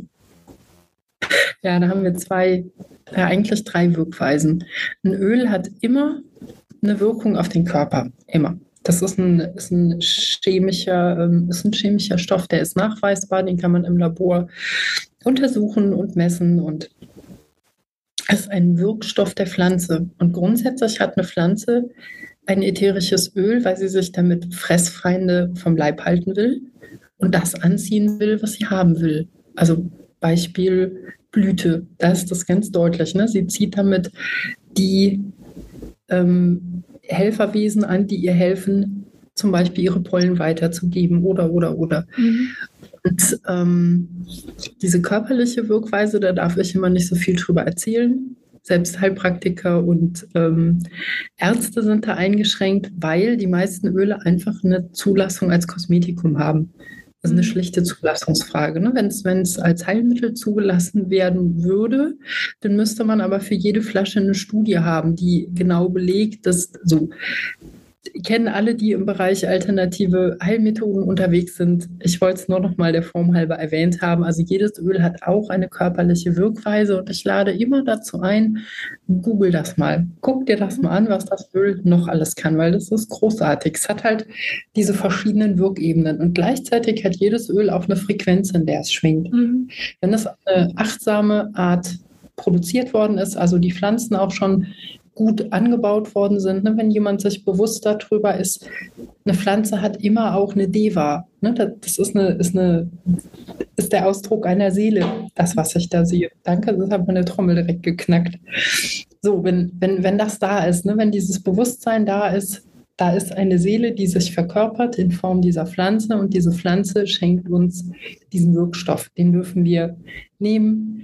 Ja, da haben wir zwei, ja, eigentlich drei Wirkweisen. Ein Öl hat immer eine Wirkung auf den Körper, immer. Das ist ein, ist ein chemischer, ist ein chemischer Stoff, der ist nachweisbar, den kann man im Labor untersuchen und messen und es ist ein Wirkstoff der Pflanze. Und grundsätzlich hat eine Pflanze ein ätherisches Öl, weil sie sich damit Fressfeinde vom Leib halten will und das anziehen will, was sie haben will. Also Beispiel Blüte, da ist das ganz deutlich. Ne? Sie zieht damit die ähm, Helferwesen an, die ihr helfen, zum Beispiel ihre Pollen weiterzugeben oder, oder, oder. Mhm. Und ähm, diese körperliche Wirkweise, da darf ich immer nicht so viel drüber erzählen. Selbst Heilpraktiker und ähm, Ärzte sind da eingeschränkt, weil die meisten Öle einfach eine Zulassung als Kosmetikum haben. Das ist eine schlichte Zulassungsfrage. Ne? Wenn es, wenn es als Heilmittel zugelassen werden würde, dann müsste man aber für jede Flasche eine Studie haben, die genau belegt, dass so. kennen alle, die im Bereich alternative Heilmethoden unterwegs sind. Ich wollte es nur noch mal der Form halber erwähnt haben. Also jedes Öl hat auch eine körperliche Wirkweise und ich lade immer dazu ein, google das mal. Guck dir das mal an, was das Öl noch alles kann, weil das ist großartig. Es hat halt diese verschiedenen Wirkebenen und gleichzeitig hat jedes Öl auch eine Frequenz, in der es schwingt. Mhm. Wenn es auf eine achtsame Art produziert worden ist, also die Pflanzen auch schon gut angebaut worden sind, ne? Wenn jemand sich bewusst darüber ist, eine Pflanze hat immer auch eine Deva. Ne? Das ist, eine, ist, eine, ist der Ausdruck einer Seele, das, was ich da sehe. Danke, das hat meine Trommel direkt geknackt. So, wenn, wenn, wenn das da ist, ne? Wenn dieses Bewusstsein da ist, da ist eine Seele, die sich verkörpert in Form dieser Pflanze und diese Pflanze schenkt uns diesen Wirkstoff. Den dürfen wir nehmen.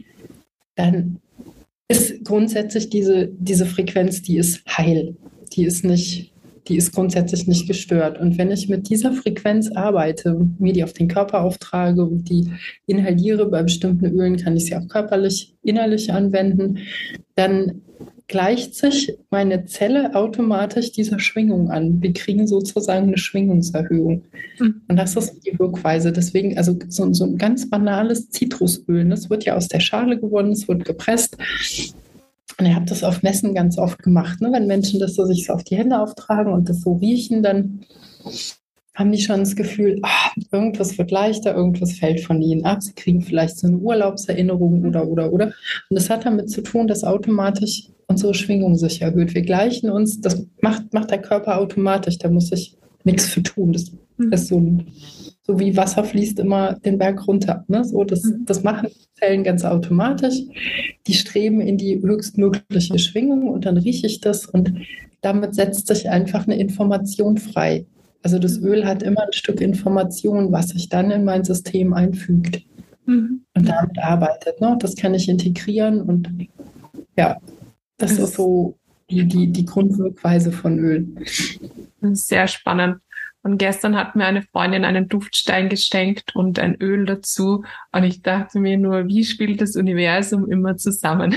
Dann ist grundsätzlich diese, diese Frequenz, die ist heil. Die ist nicht, die ist grundsätzlich nicht gestört. Und wenn ich mit dieser Frequenz arbeite und mir die auf den Körper auftrage und die inhaliere, bei bestimmten Ölen kann ich sie auch körperlich, innerlich anwenden, dann gleicht sich meine Zelle automatisch dieser Schwingung an. Wir kriegen sozusagen eine Schwingungserhöhung. Mhm. Und das ist die Wirkweise. Deswegen, also so, so ein ganz banales Zitrusöl, das wird ja aus der Schale gewonnen, es wird gepresst. Und ich habe das auf Messen ganz oft gemacht, ne? Wenn Menschen das so sich so auf die Hände auftragen und das so riechen, dann haben die schon das Gefühl, ach, irgendwas wird leichter, irgendwas fällt von ihnen ab. Sie kriegen vielleicht so eine Urlaubserinnerung oder, oder, oder. Und das hat damit zu tun, dass automatisch unsere Schwingung sich erhöht. Wir gleichen uns, das macht, macht der Körper automatisch, da muss ich nichts für tun. Das ist so, ein, so wie Wasser fließt immer den Berg runter. Ne? So, das, das machen Zellen ganz automatisch. Die streben in die höchstmögliche Schwingung und dann rieche ich das und damit setzt sich einfach eine Information frei. Also das Öl hat immer ein Stück Information, was sich dann in mein System einfügt mhm. und damit arbeitet. Ne? Das kann ich integrieren und ja, das, das ist so die, die, die Grundwirkweise von Öl. Sehr spannend. Und gestern hat mir eine Freundin einen Duftstein geschenkt und ein Öl dazu. Und ich dachte mir nur, wie spielt das Universum immer zusammen?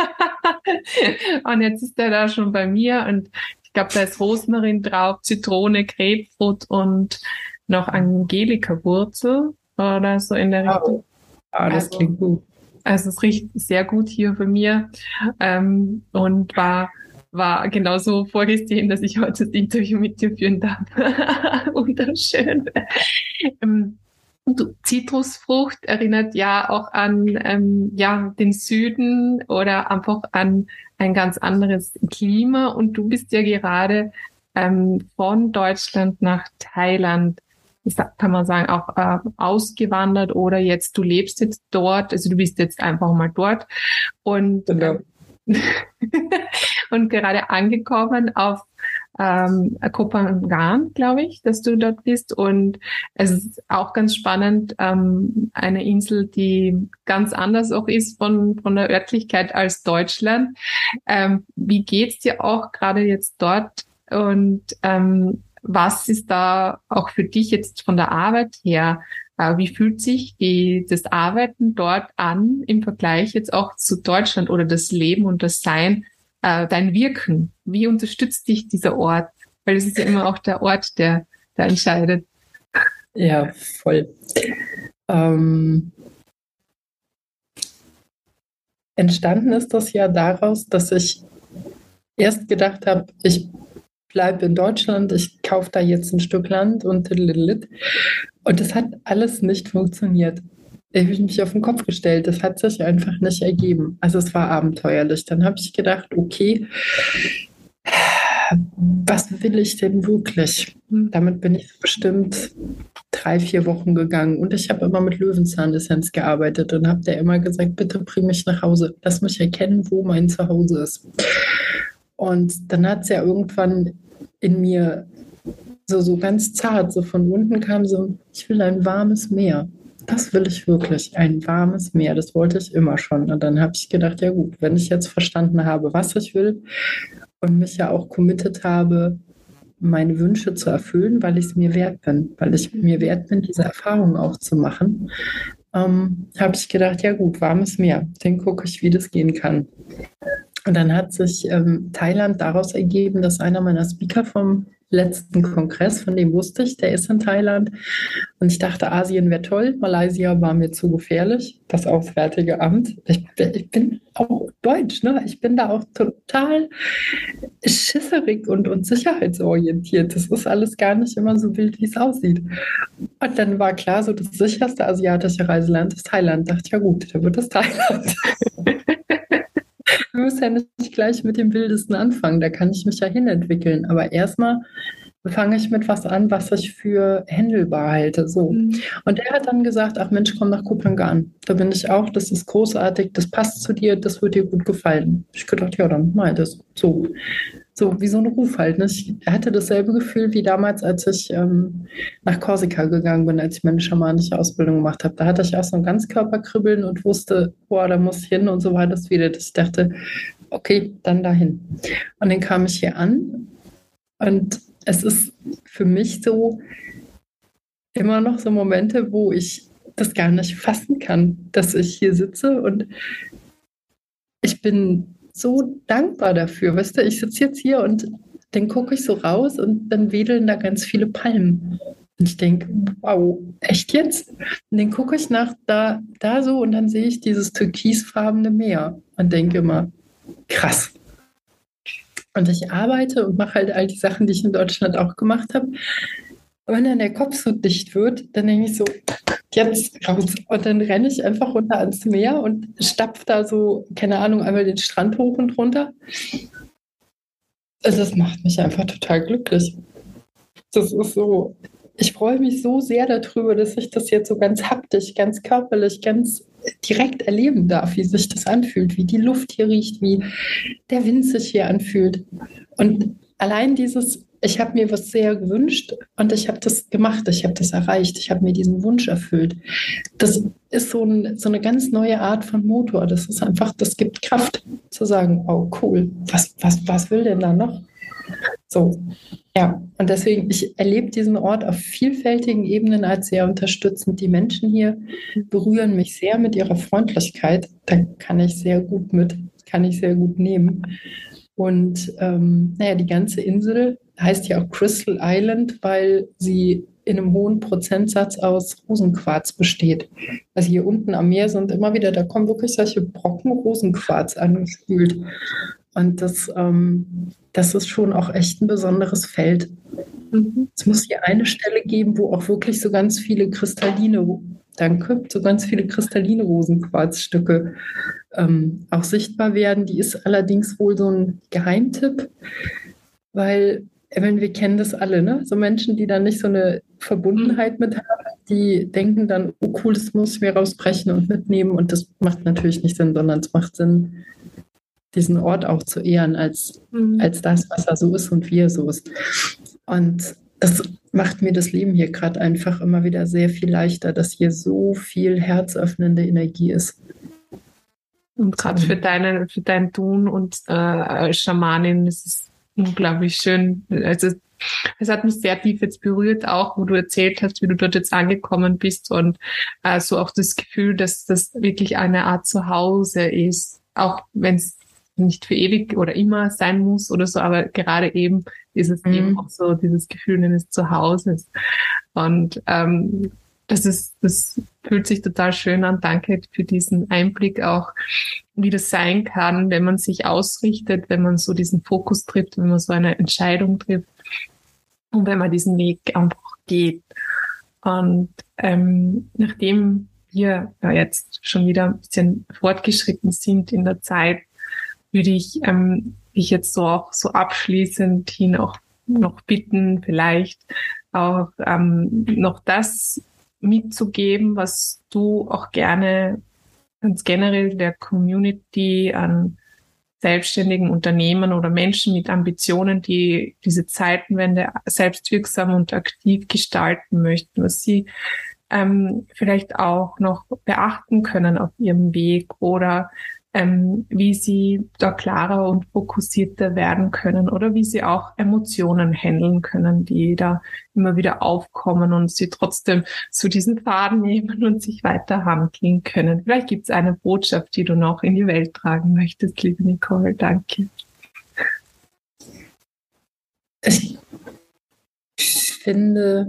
Und jetzt ist er da schon bei mir und ich glaube, da ist Rosmarin drauf, Zitrone, Grapefruit und noch Angelika-Wurzel oder so in der Richtung. Ah, das also, klingt gut. Also es riecht sehr gut hier bei mir ähm, und war war genauso vorgesehen, dass ich heute das Interview mit dir führen darf. Wunderschön. Ähm, Zitrusfrucht erinnert ja auch an ähm, ja den Süden oder einfach an ein ganz anderes Klima. Und du bist ja gerade ähm, von Deutschland nach Thailand, kann man sagen, auch äh, ausgewandert oder jetzt, du lebst jetzt dort, also du bist jetzt einfach mal dort und genau. und gerade angekommen auf ähm, Koh Phangan, glaube ich, dass du dort bist. Und es ist auch ganz spannend, ähm, eine Insel, die ganz anders auch ist von von der Örtlichkeit als Deutschland. Ähm, wie geht's dir auch gerade jetzt dort? Und ähm, was ist da auch für dich jetzt von der Arbeit her? Äh, wie fühlt sich die, das Arbeiten dort an im Vergleich jetzt auch zu Deutschland oder das Leben und das Sein, äh, dein Wirken? Wie unterstützt dich dieser Ort? Weil es ist ja immer auch der Ort, der, der entscheidet. Ja, voll. Ähm, entstanden ist das ja daraus, dass ich erst gedacht habe, ich bleibe in Deutschland, ich kaufe da jetzt ein Stück Land und und das hat alles nicht funktioniert. Ich habe mich auf den Kopf gestellt, das hat sich einfach nicht ergeben. Also es war abenteuerlich. Dann habe ich gedacht, okay, was will ich denn wirklich? Damit bin ich bestimmt drei, vier Wochen gegangen und ich habe immer mit Löwenzanessenz gearbeitet und habe der immer gesagt, bitte bring mich nach Hause, lass mich erkennen, wo mein Zuhause ist. Und dann hat es ja irgendwann in mir so, so ganz zart, so von unten kam so, ich will ein warmes Meer. Das will ich wirklich, ein warmes Meer. Das wollte ich immer schon. Und dann habe ich gedacht, ja gut, wenn ich jetzt verstanden habe, was ich will und mich ja auch committed habe, meine Wünsche zu erfüllen, weil ich es mir wert bin, weil ich mir wert bin, diese Erfahrung auch zu machen, ähm, habe ich gedacht, ja gut, warmes Meer, dann gucke ich, wie das gehen kann. Und dann hat sich ähm, Thailand daraus ergeben, dass einer meiner Speaker vom letzten Kongress, von dem wusste ich, der ist in Thailand. Und ich dachte, Asien wäre toll, Malaysia war mir zu gefährlich, das Auswärtige Amt. Ich, ich bin auch deutsch, ne? Ich bin da auch total schisserig und, und sicherheitsorientiert. Das ist alles gar nicht immer so wild, wie es aussieht. Und dann war klar, so das sicherste asiatische Reiseland ist Thailand. Dachte ich, ja gut, dann wird das Thailand. Wir müssen ja nicht gleich mit dem Wildesten anfangen, da kann ich mich ja hinentwickeln. Aber erstmal fange ich mit was an, was ich für händelbar halte. So. Mhm. Und der hat dann gesagt, ach Mensch, komm nach Koh Phangan. Da bin ich auch, das ist großartig, das passt zu dir, das wird dir gut gefallen. Ich gedacht, ja, dann mal das so. So wie so ein Ruf halt. Ne? Ich hatte dasselbe Gefühl wie damals, als ich ähm, nach Korsika gegangen bin, als ich meine schamanische Ausbildung gemacht habe. Da hatte ich auch so ein Ganzkörperkribbeln und wusste, boah, da muss ich hin und so war das wieder. Dass ich dachte, okay, dann dahin. Und dann kam ich hier an und es ist für mich so immer noch so Momente, wo ich das gar nicht fassen kann, dass ich hier sitze und ich bin so dankbar dafür. Weißt du, ich sitze jetzt hier und dann gucke ich so raus und dann wedeln da ganz viele Palmen. Und ich denke, wow, echt jetzt? Und dann gucke ich nach da, da so und dann sehe ich dieses türkisfarbene Meer und denke immer, krass. Und ich arbeite und mache halt all die Sachen, die ich in Deutschland auch gemacht habe. Und wenn dann der Kopf so dicht wird, dann denke ich so, jetzt raus. Und dann renne ich einfach runter ans Meer und stapfe da so, keine Ahnung, einmal den Strand hoch und runter. Also das macht mich einfach total glücklich. Das ist so, ich freue mich so sehr darüber, dass ich das jetzt so ganz haptisch, ganz körperlich, ganz direkt erleben darf, wie sich das anfühlt, wie die Luft hier riecht, wie der Wind sich hier anfühlt. Und allein dieses, ich habe mir was sehr gewünscht und ich habe das gemacht, ich habe das erreicht, ich habe mir diesen Wunsch erfüllt. Das ist so, ein, so eine ganz neue Art von Motor. Das ist einfach, das gibt Kraft zu sagen, oh cool, was, was, was will denn da noch? So, ja, und deswegen, ich erlebe diesen Ort auf vielfältigen Ebenen als sehr unterstützend. Die Menschen hier berühren mich sehr mit ihrer Freundlichkeit. Da kann ich sehr gut mit, kann ich sehr gut nehmen. Und ähm, naja, die ganze Insel heißt ja auch Crystal Island, weil sie in einem hohen Prozentsatz aus Rosenquarz besteht. Also hier unten am Meer sind immer wieder, da kommen wirklich solche Brocken Rosenquarz angespült. Und das, ähm, das ist schon auch echt ein besonderes Feld. Mhm. Es muss hier eine Stelle geben, wo auch wirklich so ganz viele kristalline, danke, so ganz viele kristalline Rosenquarzstücke ähm, auch sichtbar werden. Die ist allerdings wohl so ein Geheimtipp, weil wenn wir kennen das alle, ne? So Menschen, die dann nicht so eine Verbundenheit mit haben, die denken dann, oh cool, das muss ich mir rausbrechen und mitnehmen. Und das macht natürlich nicht Sinn, sondern es macht Sinn, diesen Ort auch zu ehren als, mhm. als das, was er so ist und wie er so ist. Und das macht mir das Leben hier gerade einfach immer wieder sehr viel leichter, dass hier so viel herzöffnende Energie ist. Und gerade für, deine, für dein Tun und äh, als Schamanin ist es unglaublich schön. Also es hat mich sehr tief jetzt berührt, auch wo du erzählt hast, wie du dort jetzt angekommen bist und äh, so auch das Gefühl, dass das wirklich eine Art Zuhause ist, auch wenn es nicht für ewig oder immer sein muss oder so, aber gerade eben ist es mhm. eben auch so dieses Gefühl eines Zuhauses. Und ähm, das ist, das fühlt sich total schön an. Danke für diesen Einblick auch, wie das sein kann, wenn man sich ausrichtet, wenn man so diesen Fokus trifft, wenn man so eine Entscheidung trifft und wenn man diesen Weg einfach geht. Und ähm, nachdem wir ja jetzt schon wieder ein bisschen fortgeschritten sind in der Zeit, würde ich ähm, dich jetzt so auch so abschließend hin auch noch bitten, vielleicht auch ähm, noch das mitzugeben, was du auch gerne ganz generell der Community an selbstständigen Unternehmen oder Menschen mit Ambitionen, die diese Zeitenwende selbstwirksam und aktiv gestalten möchten, was sie ähm, vielleicht auch noch beachten können auf ihrem Weg oder ähm, wie sie da klarer und fokussierter werden können oder wie sie auch Emotionen handeln können, die da immer wieder aufkommen und sie trotzdem zu diesen Faden nehmen und sich weiter handeln können. Vielleicht gibt es eine Botschaft, die du noch in die Welt tragen möchtest, liebe Nicole. Danke. Ich finde,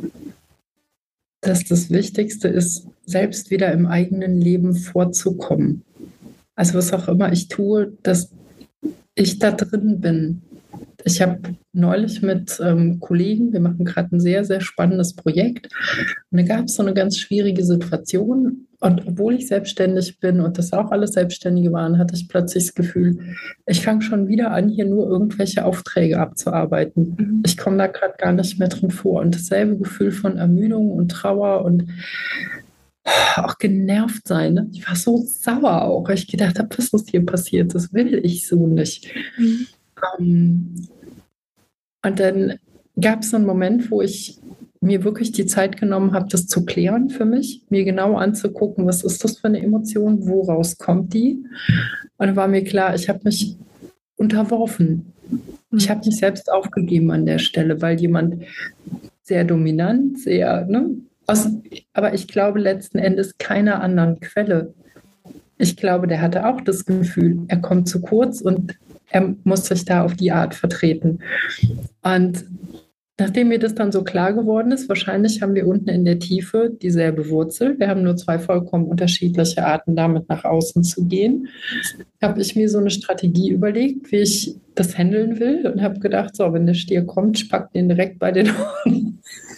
dass das Wichtigste ist, selbst wieder im eigenen Leben vorzukommen. Also was auch immer ich tue, dass ich da drin bin. Ich habe neulich mit ähm, Kollegen, wir machen gerade ein sehr, sehr spannendes Projekt, und da gab es so eine ganz schwierige Situation. Und obwohl ich selbstständig bin und das auch alles Selbstständige waren, hatte ich plötzlich das Gefühl, ich fange schon wieder an, hier nur irgendwelche Aufträge abzuarbeiten. Mhm. Ich komme da gerade gar nicht mehr drin vor. Und dasselbe Gefühl von Ermüdung und Trauer und auch genervt sein. Ne? Ich war so sauer auch. Ich gedacht habe, was ist hier passiert? Das will ich so nicht. Mhm. Um, und dann gab es so einen Moment, wo ich mir wirklich die Zeit genommen habe, das zu klären für mich, mir genau anzugucken, was ist das für eine Emotion, woraus kommt die? Und dann war mir klar, ich habe mich unterworfen. Ich habe mich selbst aufgegeben an der Stelle, weil jemand sehr dominant, sehr, ne, aus, aber ich glaube letzten Endes keiner anderen Quelle. Ich glaube, der hatte auch das Gefühl, er kommt zu kurz und er muss sich da auf die Art vertreten. Und nachdem mir das dann so klar geworden ist, wahrscheinlich haben wir unten in der Tiefe dieselbe Wurzel. Wir haben nur zwei vollkommen unterschiedliche Arten, damit nach außen zu gehen. Habe ich mir so eine Strategie überlegt, wie ich das handeln will, und habe gedacht, so, wenn der Stier kommt, spack den direkt bei den Ohren.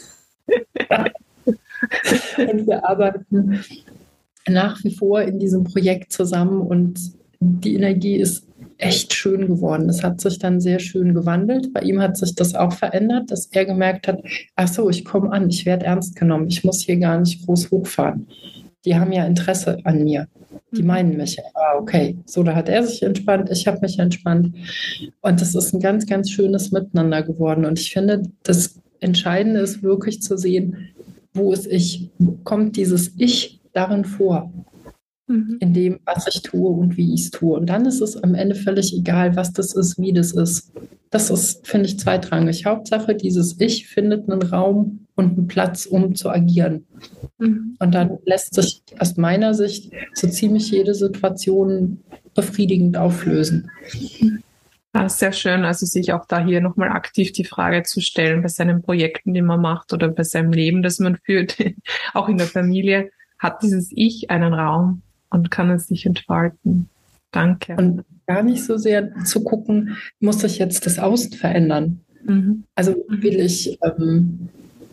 Und wir arbeiten nach wie vor in diesem Projekt zusammen und die Energie ist echt schön geworden. Es hat sich dann sehr schön gewandelt. Bei ihm hat sich das auch verändert, dass er gemerkt hat, ach so, ich komme an, ich werde ernst genommen, ich muss hier gar nicht groß hochfahren. Die haben ja Interesse an mir. Die meinen mich. Ah, okay. So, da hat er sich entspannt, ich habe mich entspannt. Und das ist ein ganz, ganz schönes Miteinander geworden. Und ich finde, das Entscheidende ist wirklich zu sehen, wo ist ich? Kommt dieses Ich darin vor? In dem, was ich tue und wie ich es tue. Und dann ist es am Ende völlig egal, was das ist, wie das ist. Das ist, finde ich, zweitrangig. Hauptsache, dieses Ich findet einen Raum und einen Platz, um zu agieren. Mhm. Und dann lässt sich aus meiner Sicht so ziemlich jede Situation befriedigend auflösen. Ja, sehr schön, also sich auch da hier nochmal aktiv die Frage zu stellen bei seinen Projekten, die man macht oder bei seinem Leben, das man führt, auch in der Familie, hat dieses Ich einen Raum und kann es sich entfalten. Danke. Und gar nicht so sehr zu gucken, muss sich jetzt das Außen verändern? Mhm. Also will ich, ähm,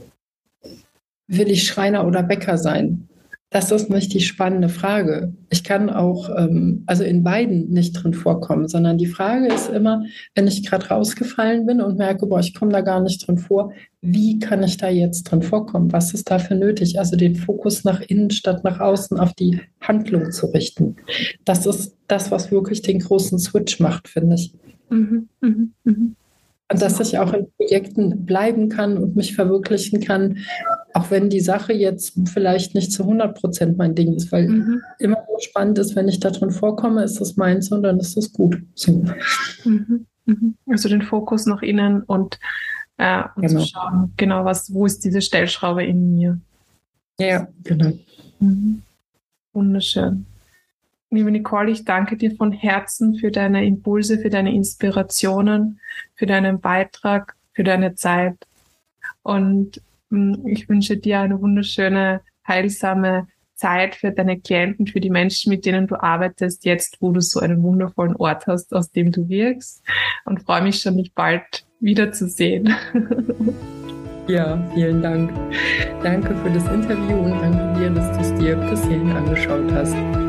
will ich Schreiner oder Bäcker sein? Das ist nicht die spannende Frage. Ich kann auch, ähm, also in beiden nicht drin vorkommen, sondern die Frage ist immer, wenn ich gerade rausgefallen bin und merke, boah, ich komme da gar nicht drin vor, wie kann ich da jetzt drin vorkommen? Was ist dafür nötig? Also den Fokus nach innen statt nach außen auf die Handlung zu richten. Das ist das, was wirklich den großen Switch macht, finde ich. Mhm, mh, mh. Und dass ich auch in Projekten bleiben kann und mich verwirklichen kann, auch wenn die Sache jetzt vielleicht nicht zu hundert Prozent mein Ding ist, weil mhm. immer so spannend ist, wenn ich da drin vorkomme, ist das meins und dann ist das gut. So. Mhm. Mhm. Also den Fokus nach innen und, äh, und genau. zu schauen, genau, was, wo ist diese Stellschraube in mir? Ja, genau. Mhm. Wunderschön. Liebe Nicole, ich danke dir von Herzen für deine Impulse, für deine Inspirationen, für deinen Beitrag, für deine Zeit. Und mh, ich wünsche dir eine wunderschöne, heilsame Zeit für deine Klienten, für die Menschen, mit denen du arbeitest, jetzt, wo du so einen wundervollen Ort hast, aus dem du wirkst. Und freue mich schon, dich bald wiederzusehen. Ja, vielen Dank. Danke für das Interview und danke dir, dass du es dir bis hierhin angeschaut hast.